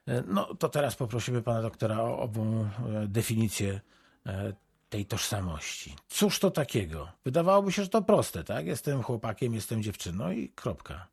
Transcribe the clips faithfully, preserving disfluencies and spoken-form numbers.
No to teraz poprosimy pana doktora o ową definicję tej tożsamości. Cóż to takiego? Wydawałoby się, że to proste, tak? Jestem chłopakiem, jestem dziewczyną i kropka.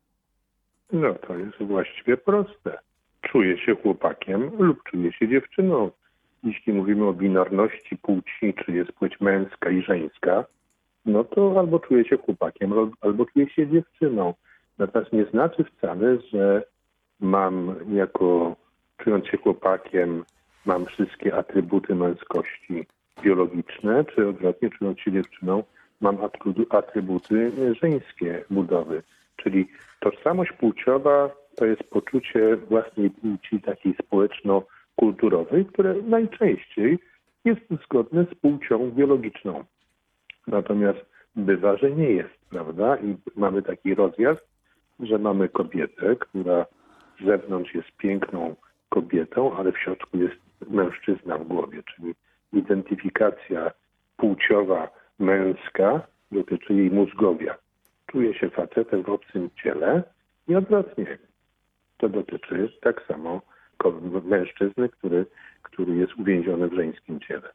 No to jest właściwie proste. Czuję się chłopakiem lub czuję się dziewczyną. Jeśli mówimy o binarności płci, czy jest płeć męska i żeńska, no to albo czuję się chłopakiem, albo czuję się dziewczyną. Natomiast nie znaczy wcale, że mam jako, czując się chłopakiem, mam wszystkie atrybuty męskości biologiczne, czy odwrotnie, czując się dziewczyną, mam atrybuty żeńskie budowy. Czyli tożsamość płciowa to jest poczucie własnej płci takiej społeczno-kulturowej, które najczęściej jest zgodne z płcią biologiczną. Natomiast bywa, że nie jest, prawda? I mamy taki rozjazd, że mamy kobietę, która z zewnątrz jest piękną kobietą, ale w środku jest mężczyzna w głowie, czyli identyfikacja płciowa męska dotyczy jej mózgowia. Czuje się facetem w obcym ciele i odwrotnie. To dotyczy tak samo mężczyzny, który, który jest uwięziony w żeńskim ciele.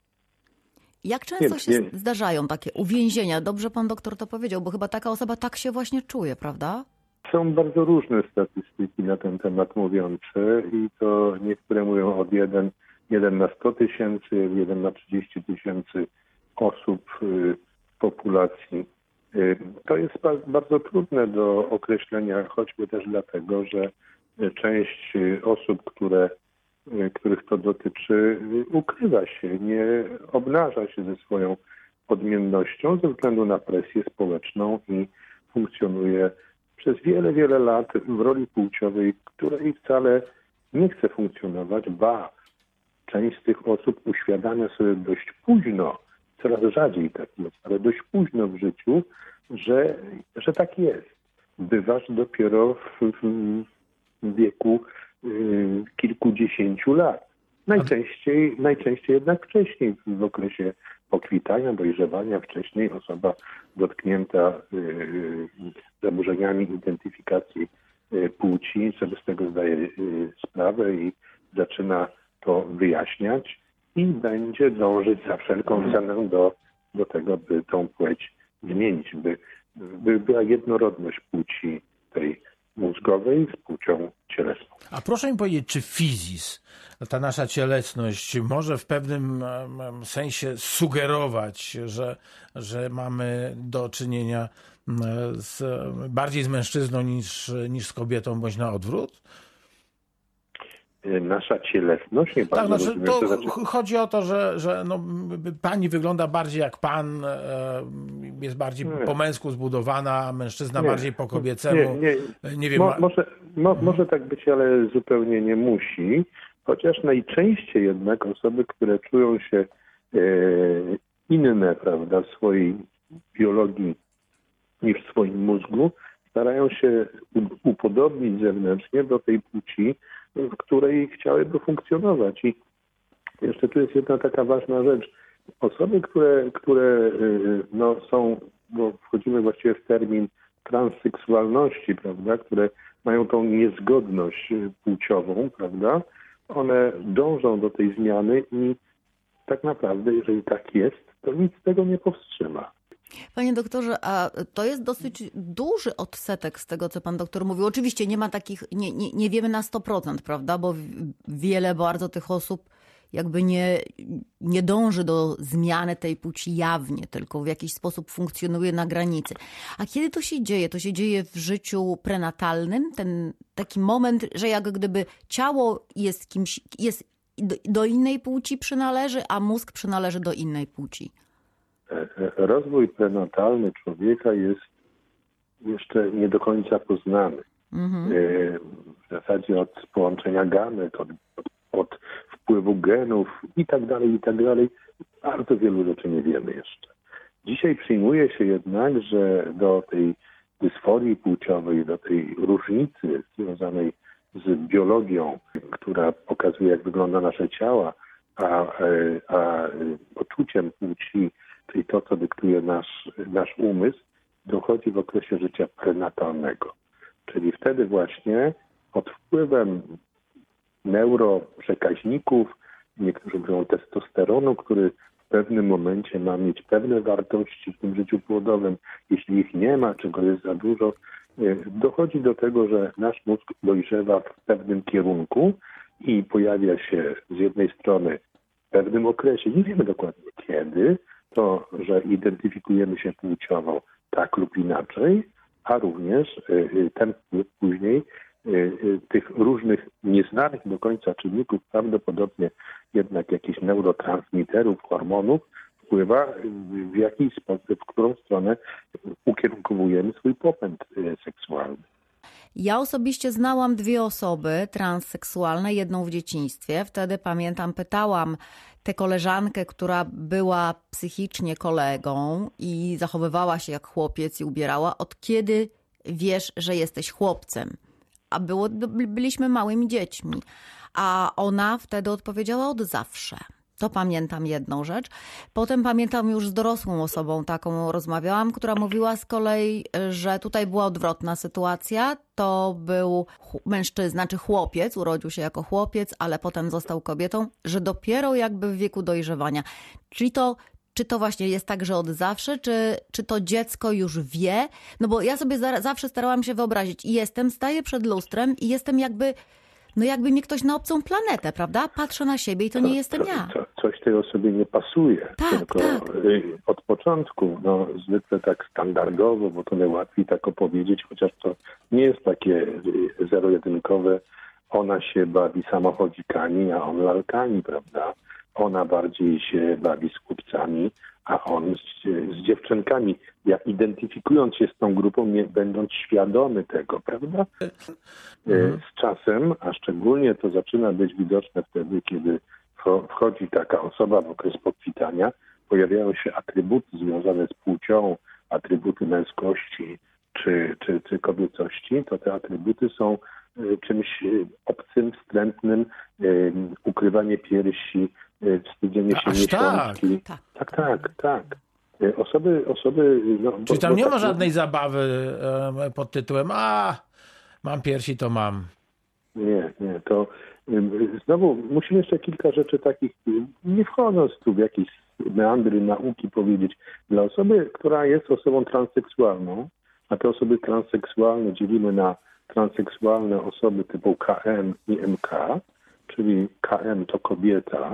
Jak często nie, się nie. zdarzają takie uwięzienia? Dobrze pan doktor to powiedział, bo chyba taka osoba tak się właśnie czuje, prawda? Są bardzo różne statystyki na ten temat mówiące i to niektóre mówią od jeden, jeden na sto tysięcy, jeden na trzydzieści tysięcy osób w populacji. To jest bardzo trudne do określenia, choćby też dlatego, że część osób, które, których to dotyczy, ukrywa się, nie obnaża się ze swoją odmiennością ze względu na presję społeczną i funkcjonuje przez wiele, wiele lat w roli płciowej, której wcale nie chce funkcjonować, ba, część z tych osób uświadamia sobie dość późno, coraz rzadziej tak jest, ale dość późno w życiu, że, że tak jest. Bywa, że dopiero w, w wieku y, kilkudziesięciu lat. Najczęściej, najczęściej jednak wcześniej, w okresie pokwitania, dojrzewania, wcześniej osoba dotknięta y, y, zaburzeniami identyfikacji y, płci sobie z tego zdaje y, sprawę i zaczyna to wyjaśniać i będzie dążyć za wszelką cenę do, do tego, by tą płeć zmienić, by, by była jednorodność płci tej mózgowej z płcią cielesną. A proszę mi powiedzieć, czy fizis, ta nasza cielesność może w pewnym sensie sugerować, że, że mamy do czynienia z, bardziej z mężczyzną niż, niż z kobietą, bądź na odwrót? Nasza cielesność? Nie tak, bardzo znaczy, rozumiem, to to znaczy... chodzi o to, że, że no, pani wygląda bardziej jak pan, jest bardziej nie. po męsku zbudowana, a mężczyzna nie. bardziej po kobiecemu. Nie, nie. nie wiem. Mo, może, mo, może tak być, ale zupełnie nie musi. Chociaż najczęściej jednak osoby, które czują się e, inne, prawda, w swojej biologii niż w swoim mózgu, starają się upodobnić zewnętrznie do tej płci, w której chciałyby funkcjonować. I jeszcze tu jest jedna taka ważna rzecz. Osoby, które, które no, są, bo wchodzimy właściwie w termin transseksualności, prawda, które mają tą niezgodność płciową, prawda, one dążą do tej zmiany i tak naprawdę, jeżeli tak jest, to nic tego nie powstrzyma. Panie doktorze, a to jest dosyć duży odsetek z tego, co pan doktor mówił. Oczywiście nie ma takich, nie, nie, nie wiemy na sto procent, prawda, bo wiele bardzo tych osób jakby nie, nie dąży do zmiany tej płci jawnie, tylko w jakiś sposób funkcjonuje na granicy. A kiedy to się dzieje? To się dzieje w życiu prenatalnym? Ten taki moment, że jak gdyby ciało jest kimś, jest do, do innej płci przynależy, a mózg przynależy do innej płci. Rozwój prenatalny człowieka jest jeszcze nie do końca poznany. Mhm. W zasadzie od połączenia gamet, od, od, od wpływu genów i tak dalej, i tak dalej. Bardzo wielu rzeczy nie wiemy jeszcze. Dzisiaj przyjmuje się jednak, że do tej dysforii płciowej, do tej różnicy związanej z biologią, która pokazuje, jak wygląda nasze ciała, a, a poczuciem płci, czyli to, co dyktuje nasz, nasz umysł, dochodzi w okresie życia prenatalnego. Czyli wtedy właśnie pod wpływem neuroprzekaźników, niektórzy mówią testosteronu, który w pewnym momencie ma mieć pewne wartości w tym życiu płodowym. Jeśli ich nie ma, czego jest za dużo, dochodzi do tego, że nasz mózg dojrzewa w pewnym kierunku i pojawia się z jednej strony w pewnym okresie, nie wiemy dokładnie kiedy, to, że identyfikujemy się płciowo tak lub inaczej, a również ten wpływ później tych różnych nieznanych do końca czynników, prawdopodobnie jednak jakichś neurotransmiterów, hormonów, wpływa w jakiś sposób, w którą stronę ukierunkowujemy swój popęd seksualny. Ja osobiście znałam dwie osoby transseksualne, jedną w dzieciństwie. Wtedy pamiętam, pytałam tę koleżankę, która była psychicznie kolegą i zachowywała się jak chłopiec i ubierała, od kiedy wiesz, że jesteś chłopcem? A było, byliśmy małymi dziećmi. A ona wtedy odpowiedziała: od zawsze. To pamiętam jedną rzecz. Potem pamiętam, już z dorosłą osobą taką rozmawiałam, która mówiła z kolei, że tutaj była odwrotna sytuacja. To był mężczyzna czy chłopiec, urodził się jako chłopiec, ale potem został kobietą, że dopiero jakby w wieku dojrzewania. Czyli to, czy to właśnie jest tak, że od zawsze, czy, czy to dziecko już wie? No bo ja sobie za, zawsze starałam się wyobrazić i jestem, staję przed lustrem i jestem jakby... No jakby mi ktoś na obcą planetę, prawda? Patrzę na siebie i to nie jestem ja. Co, coś tej osobie nie pasuje. Tak, tylko tak. Od początku, no zwykle tak standardowo, bo to najłatwiej tak opowiedzieć, chociaż to nie jest takie zero-jedynkowe. Ona się bawi samochodzikami, a on lalkami, prawda? Ona bardziej się bawi z chłopcami, a on z, z dziewczynkami. Ja identyfikując się z tą grupą, nie będąc świadomy tego, prawda? Mhm. Z czasem, a szczególnie to zaczyna być widoczne wtedy, kiedy wchodzi taka osoba w okres pokwitania, pojawiają się atrybuty związane z płcią, atrybuty męskości czy, czy, czy kobiecości, to te atrybuty są czymś obcym, wstrętnym, ukrywanie piersi, wstydzenie się miesiączki. Tak. tak, tak, tak. Osoby, osoby... No, Czyli tam bo, nie bo ma tak, żadnej zabawy pod tytułem a mam piersi, to mam. Nie, nie. To znowu musimy jeszcze kilka rzeczy takich, nie wchodząc tu w jakieś meandry nauki, powiedzieć. Dla osoby, która jest osobą transseksualną, a te osoby transseksualne dzielimy na transseksualne osoby typu K M i M K, czyli K M to kobieta,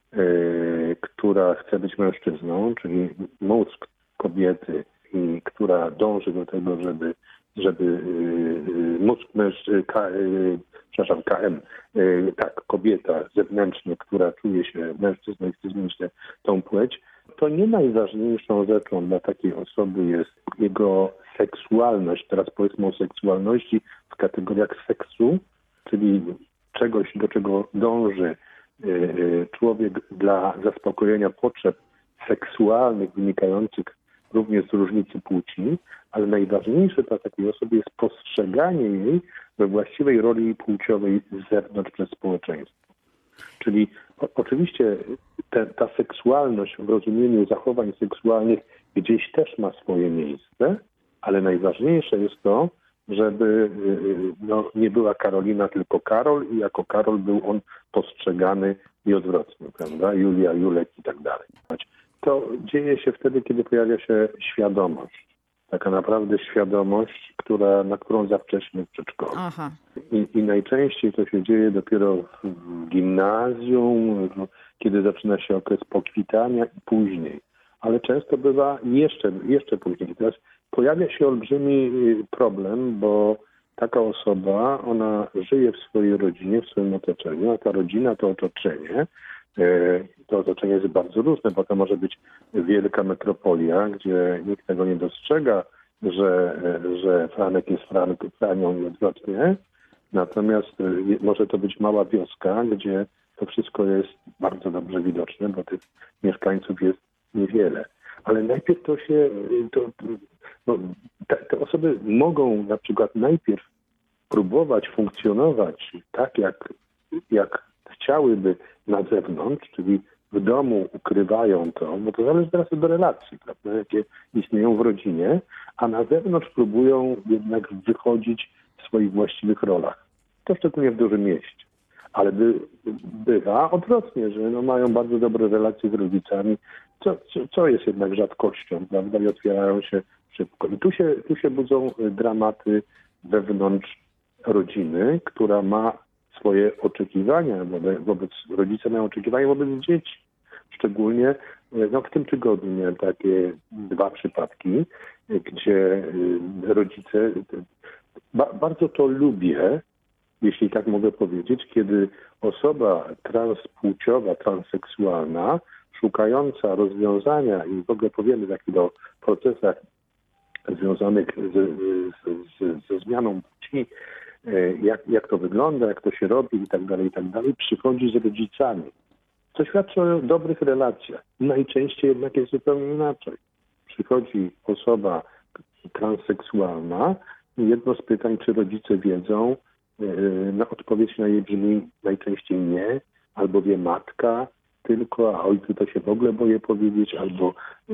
yy, która chce być mężczyzną, czyli mózg kobiety, i która dąży do tego, żeby, żeby yy, mózg mężczyzny, yy, przepraszam, K M, yy, tak, kobieta zewnętrznie, która czuje się mężczyzną i chce zmienić tę, tą płeć, to nie najważniejszą rzeczą dla takiej osoby jest jego seksualność. Teraz powiedzmy o seksualności w kategoriach seksu, czyli czegoś, do czego dąży człowiek dla zaspokojenia potrzeb seksualnych wynikających również z różnicy płci, ale najważniejsze dla takiej osoby jest postrzeganie jej we właściwej roli płciowej z zewnątrz przez społeczeństwo. Czyli o, oczywiście te, ta seksualność w rozumieniu zachowań seksualnych gdzieś też ma swoje miejsce, ale najważniejsze jest to, żeby no, nie była Karolina, tylko Karol i jako Karol był on postrzegany i odwrotnie, prawda? Julia, Julek i tak dalej. To dzieje się wtedy, kiedy pojawia się świadomość. Taka naprawdę świadomość, która, na którą za wcześnie w przedszkolu. Aha. I, I najczęściej to się dzieje dopiero w gimnazjum, kiedy zaczyna się okres pokwitania i później. Ale często bywa jeszcze, jeszcze później. Teraz pojawia się olbrzymi problem, bo taka osoba, ona żyje w swojej rodzinie, w swoim otoczeniu, a ta rodzina, to otoczenie, to otoczenie jest bardzo różne, bo to może być wielka metropolia, gdzie nikt tego nie dostrzega, że, że Franek jest Frank, Franią i odwrotnie. Natomiast może to być mała wioska, gdzie to wszystko jest bardzo dobrze widoczne, bo tych mieszkańców jest niewiele. Ale najpierw to się, to, no, te, te osoby mogą na przykład najpierw próbować funkcjonować tak, jak, jak chciałyby na zewnątrz, czyli w domu ukrywają to, bo to zależy teraz od relacji, prawda, jakie istnieją w rodzinie, a na zewnątrz próbują jednak wychodzić w swoich właściwych rolach. To szczególnie w dużym mieście. Ale by, bywa odwrotnie, że no mają bardzo dobre relacje z rodzicami, co, co, co jest jednak rzadkością, prawda? I otwierają się szybko. I tu się, tu się budzą dramaty wewnątrz rodziny, która ma swoje oczekiwania wobec, wobec rodzice mają oczekiwania wobec dzieci. Szczególnie no, w tym tygodniu miałem takie dwa przypadki, gdzie rodzice, ba, bardzo to lubię, jeśli tak mogę powiedzieć, kiedy osoba transpłciowa, transseksualna, szukająca rozwiązania i w ogóle powiemy takich o procesach związanych z, z, z, ze zmianą płci, jak, jak to wygląda, jak to się robi i tak dalej, i tak dalej, przychodzi z rodzicami. Co świadczy o dobrych relacjach. Najczęściej jednak jest zupełnie inaczej. Przychodzi osoba transseksualna i jedno z pytań, czy rodzice wiedzą, na odpowiedź na jej brzmi najczęściej nie, albo wie matka tylko, a ojcu to się w ogóle boję powiedzieć, albo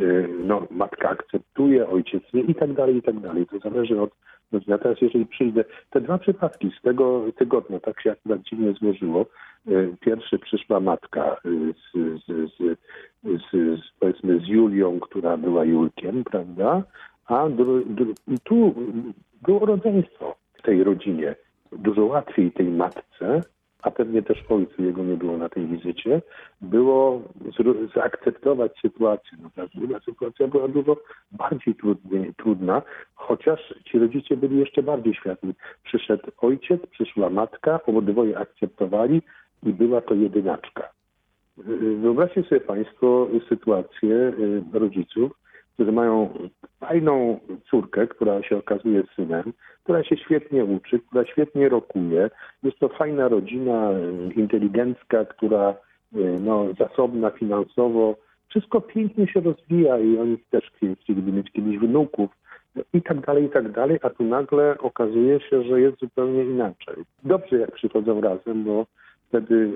no, matka akceptuje, ojciec nie i tak dalej, i tak dalej. To zależy od... No, teraz jeżeli przyjdę, te dwa przypadki z tego tygodnia, tak się akurat dziwnie złożyło. Pierwszy przyszła matka z, z, z, z, z, powiedzmy z Julią, która była Julkiem, prawda? A dru, dru, tu było rodzeństwo w tej rodzinie. Dużo łatwiej tej matce, a pewnie też ojcu, jego nie było na tej wizycie, było z, zaakceptować sytuację. No, ta druga sytuacja była dużo bardziej trudnie, trudna, chociaż ci rodzice byli jeszcze bardziej światli. Przyszedł ojciec, przyszła matka, obydwoje akceptowali i była to jedynaczka. Wyobraźcie sobie Państwo sytuację rodziców, którzy mają fajną córkę, która się okazuje synem, która się świetnie uczy, która świetnie rokuje. Jest to fajna rodzina, inteligencka, która no, zasobna finansowo. Wszystko pięknie się rozwija i oni też chcieliby mieć kiedyś wnuków i tak dalej, i tak dalej, a tu nagle okazuje się, że jest zupełnie inaczej. Dobrze, jak przychodzą razem, bo wtedy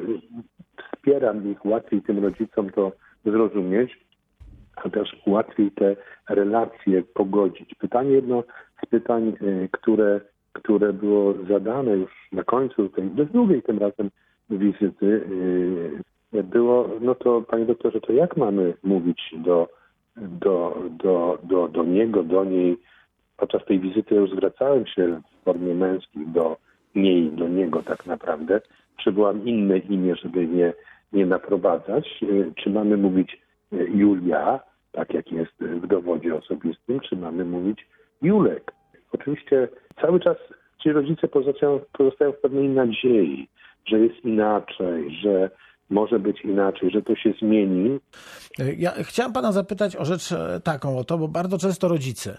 wspieram ich, łatwiej tym rodzicom to zrozumieć, a też łatwiej te relacje pogodzić. Pytanie jedno z pytań, które, które było zadane już na końcu tej drugiej tym razem wizyty, było, no to panie doktorze, to jak mamy mówić do, do, do, do, do niego, do niej? Podczas tej wizyty już zwracałem się w formie męskiej do niej, do niego tak naprawdę. Przywołam inne imię, żeby nie, nie naprowadzać. Czy mamy mówić Julia, tak jak jest w dowodzie osobistym, czy mamy mówić Julek? Oczywiście cały czas ci rodzice pozostają, pozostają w pewnej nadziei, że jest inaczej, że może być inaczej, że to się zmieni. Ja chciałem pana zapytać o rzecz taką oto, bo bardzo często rodzice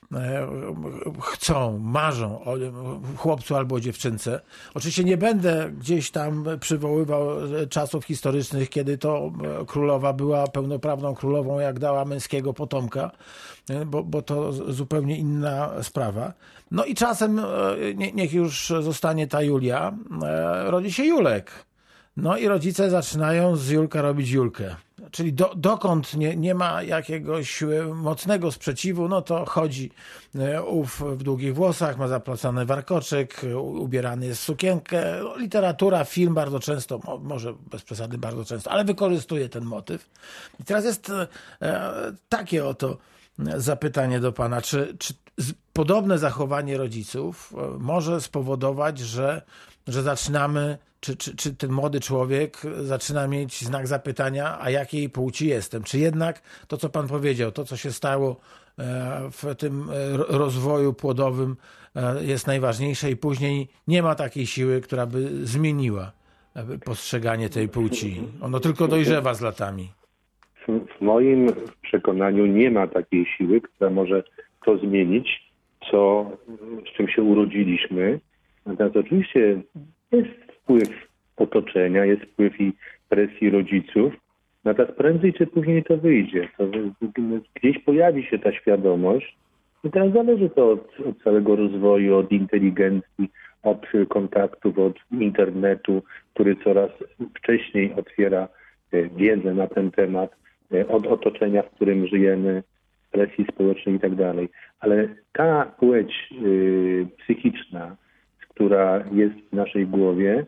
chcą, marzą o chłopcu albo o dziewczynce. Oczywiście nie będę gdzieś tam przywoływał czasów historycznych, kiedy to królowa była pełnoprawną królową, jak dała męskiego potomka, bo, bo to zupełnie inna sprawa. No i czasem, niech już zostanie ta Julia, rodzi się Julek. No i rodzice zaczynają z Julka robić Julkę. Czyli do, dokąd nie, nie ma jakiegoś mocnego sprzeciwu, no to chodzi ów w długich włosach, ma zaplacony warkoczyk, ubierany jest w sukienkę. Literatura, film bardzo często, może bez przesady bardzo często, ale wykorzystuje ten motyw. I teraz jest takie oto zapytanie do pana, czy, czy podobne zachowanie rodziców może spowodować, że, że zaczynamy Czy, czy, czy ten młody człowiek zaczyna mieć znak zapytania, a jakiej płci jestem? Czy jednak to, co pan powiedział, to, co się stało w tym rozwoju płodowym, jest najważniejsze i później nie ma takiej siły, która by zmieniła postrzeganie tej płci? Ono tylko dojrzewa z latami. W moim przekonaniu nie ma takiej siły, która może to zmienić, co, z czym się urodziliśmy. Natomiast oczywiście jest wpływ otoczenia, jest wpływ i presji rodziców, natomiast prędzej czy później to wyjdzie. To gdzieś pojawi się ta świadomość i teraz zależy to od, od całego rozwoju, od inteligencji, od kontaktów, od internetu, który coraz wcześniej otwiera wiedzę na ten temat, od otoczenia, w którym żyjemy, presji społecznej i tak dalej. Ale ta płeć yy, psychiczna, która jest w naszej głowie,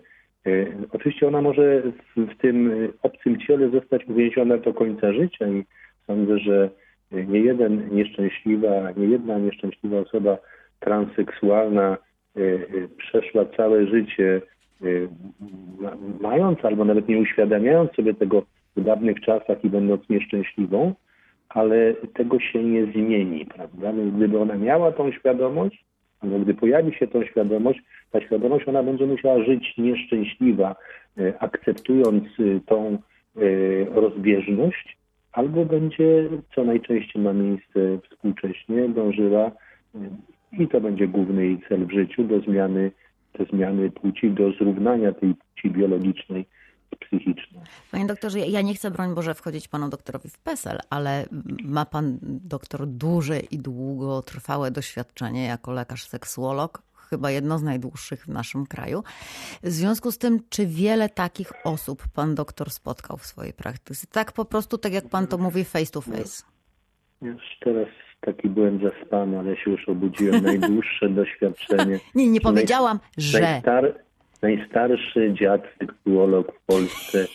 Oczywiście ona może w, w tym obcym ciele zostać uwięziona do końca życia i sądzę, że nie jeden nieszczęśliwa, nie jedna nieszczęśliwa osoba transseksualna przeszła całe życie mając albo nawet nie uświadamiając sobie tego w dawnych czasach i będąc nieszczęśliwą, ale tego się nie zmieni, prawda? Więc gdyby ona miała tą świadomość, albo gdy pojawi się tą świadomość, ta świadomość ona będzie musiała żyć nieszczęśliwa, akceptując tą rozbieżność, albo będzie, co najczęściej ma miejsce współcześnie, dążyła, i to będzie główny jej cel w życiu, do zmiany, do zmiany płci, do zrównania tej płci biologicznej z psychiczną. Panie doktorze, ja nie chcę, broń Boże, wchodzić panu doktorowi w PESEL, ale ma pan doktor duże i długotrwałe doświadczenie jako lekarz-seksuolog, chyba jedno z najdłuższych w naszym kraju. W związku z tym, czy wiele takich osób pan doktor spotkał w swojej praktyce? Tak po prostu, tak jak pan to mówi, face to face. Już teraz taki byłem zaspany, ale się już obudziłem. Najdłuższe doświadczenie. Nie, nie powiedziałam, naj, że... Najstar, najstarszy dziad seksuolog w Polsce.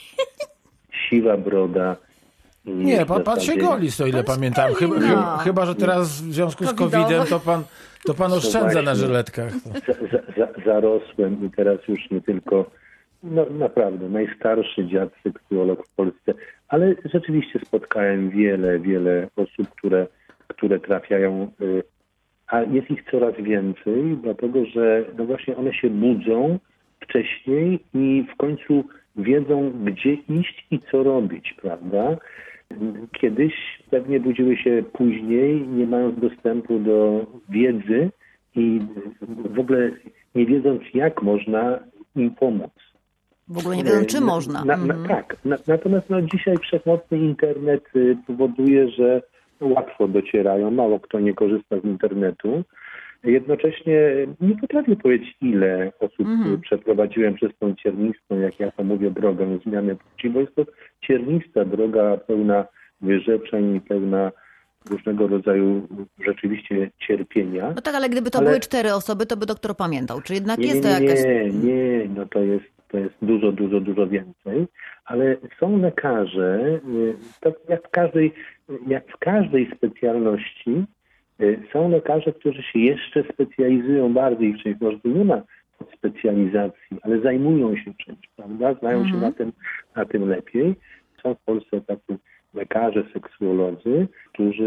Siwa broda. Nie, pan, pan się goli, o ile pamiętam. Chyba, no. chyba, chyba, że teraz w związku z kowidem to pan, to pan oszczędza na żyletkach. Za, za, za, zarosłem i teraz już nie tylko, no naprawdę, najstarszy dziad seksuolog w Polsce, ale rzeczywiście spotkałem wiele, wiele osób, które, które trafiają, a jest ich coraz więcej, dlatego że no właśnie one się budzą wcześniej i w końcu wiedzą, gdzie iść i co robić, prawda? Kiedyś pewnie budziły się później, nie mając dostępu do wiedzy i w ogóle nie wiedząc, jak można im pomóc. W ogóle nie wiedzą, czy można. Na, na, tak, na, natomiast no, dzisiaj wszechmocny internet powoduje, że łatwo docierają, mało kto nie korzysta z internetu. Jednocześnie nie potrafię powiedzieć, ile osób mm. przeprowadziłem przez tą ciernistą, jak ja to mówię, drogę zmiany płci, bo jest to ciernista droga pełna wyrzeczeń, pełna różnego rodzaju rzeczywiście cierpienia. No tak, ale gdyby to ale... były cztery osoby, to by doktor pamiętał. Czy jednak nie, jest to nie, jakaś... Nie, nie, no to jest, to jest dużo, dużo, dużo więcej. Ale są lekarze, tak jak w każdej, jak w każdej specjalności, są lekarze, którzy się jeszcze specjalizują bardziej w czymś. Może tu nie ma specjalizacji, ale zajmują się czymś, prawda? Znają mm-hmm. się na tym, na tym lepiej. Są w Polsce tacy lekarze, seksuolodzy, którzy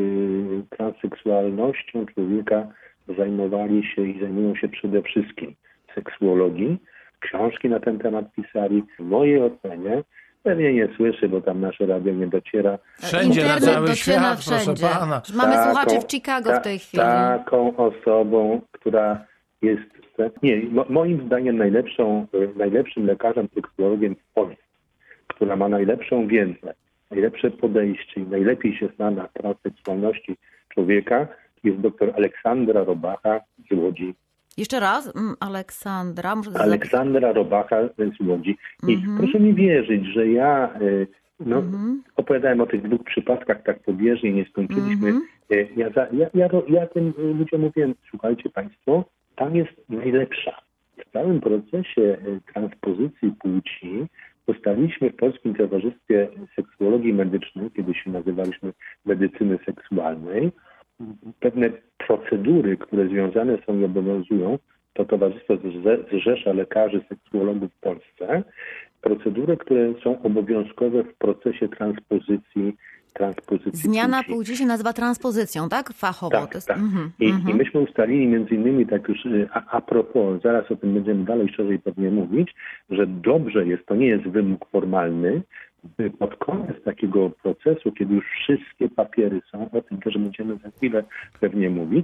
yy, transseksualnością człowieka zajmowali się i zajmują się przede wszystkim seksuologii. Książki na ten temat pisali. W mojej ocenie, pewnie nie słyszy, bo tam nasze radio nie dociera. Wszędzie, Internet na cały dociera świat, wszędzie. proszę pana. Mamy taką, słuchaczy w Chicago ta, w tej chwili. Taką osobą, która jest, nie, mo, moim zdaniem najlepszą, najlepszym lekarzem, seksuologiem w Polsce, która ma najlepszą wiedzę, najlepsze podejście i najlepiej się zna na transseksualności człowieka, jest dr Aleksandra Robacha z Łodzi. Jeszcze raz, Aleksandra. Muszę Aleksandra Robacha z Łodzi. I mm-hmm. proszę mi wierzyć, że ja no, mm-hmm. opowiadałem o tych dwóch przypadkach tak pobieżnie, nie skończyliśmy. Mm-hmm. Ja, za, ja, ja, ja tym ludziom mówiłem, słuchajcie państwo, tam jest najlepsza. W całym procesie transpozycji płci ustaliliśmy w Polskim Towarzystwie Seksuologii Medycznej, kiedy się nazywaliśmy medycyny seksualnej, pewne procedury, które związane są i obowiązują, to Towarzystwo zrzesza lekarzy, seksuologów w Polsce, procedury, które są obowiązkowe w procesie transpozycji transpozycji Zmiana płci. płci się nazywa transpozycją, tak? Fachowo. Tak, to jest... tak. Mm-hmm, I, mm-hmm. I myśmy ustalili między innymi, tak już a, a propos, zaraz o tym będziemy dalej szerzej pewnie mówić, że dobrze jest, to nie jest wymóg formalny, by pod koniec takiego procesu, kiedy już wszystkie papiery są, o tym też będziemy za chwilę pewnie mówić,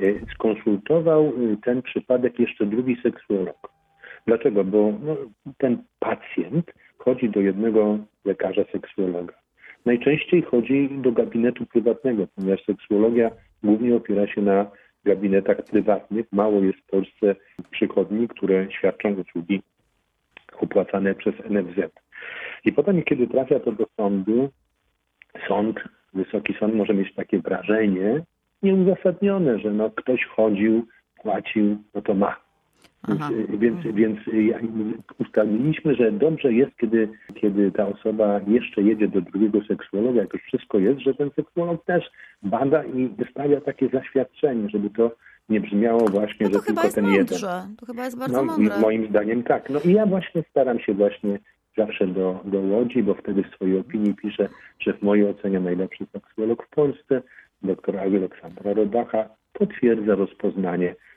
skonsultował ten przypadek jeszcze drugi seksuolog. Dlaczego? Bo no, ten pacjent chodzi do jednego lekarza seksuologa. Najczęściej chodzi do gabinetu prywatnego, ponieważ seksuologia głównie opiera się na gabinetach prywatnych. Mało jest w Polsce przychodni, które świadczą usługi opłacane przez N F Z. I potem, kiedy trafia to do sądu, sąd, Wysoki Sąd może mieć takie wrażenie nieuzasadnione, że no ktoś chodził, płacił, no to ma. Aha. Więc, więc ustaliliśmy, że dobrze jest, kiedy, kiedy ta osoba jeszcze jedzie do drugiego seksuologa, jak już wszystko jest, że ten seksuolog też bada i wystawia takie zaświadczenie, żeby to nie brzmiało właśnie, No to że chyba tylko jest ten mądrze. jeden. To chyba jest bardzo No, mądre. moim zdaniem tak. No i ja właśnie staram się właśnie zawsze do, do Łodzi, bo wtedy w swojej opinii piszę, że w mojej ocenie najlepszy seksuolog w Polsce, dr Aleksandra Rodacha, potwierdza rozpoznanie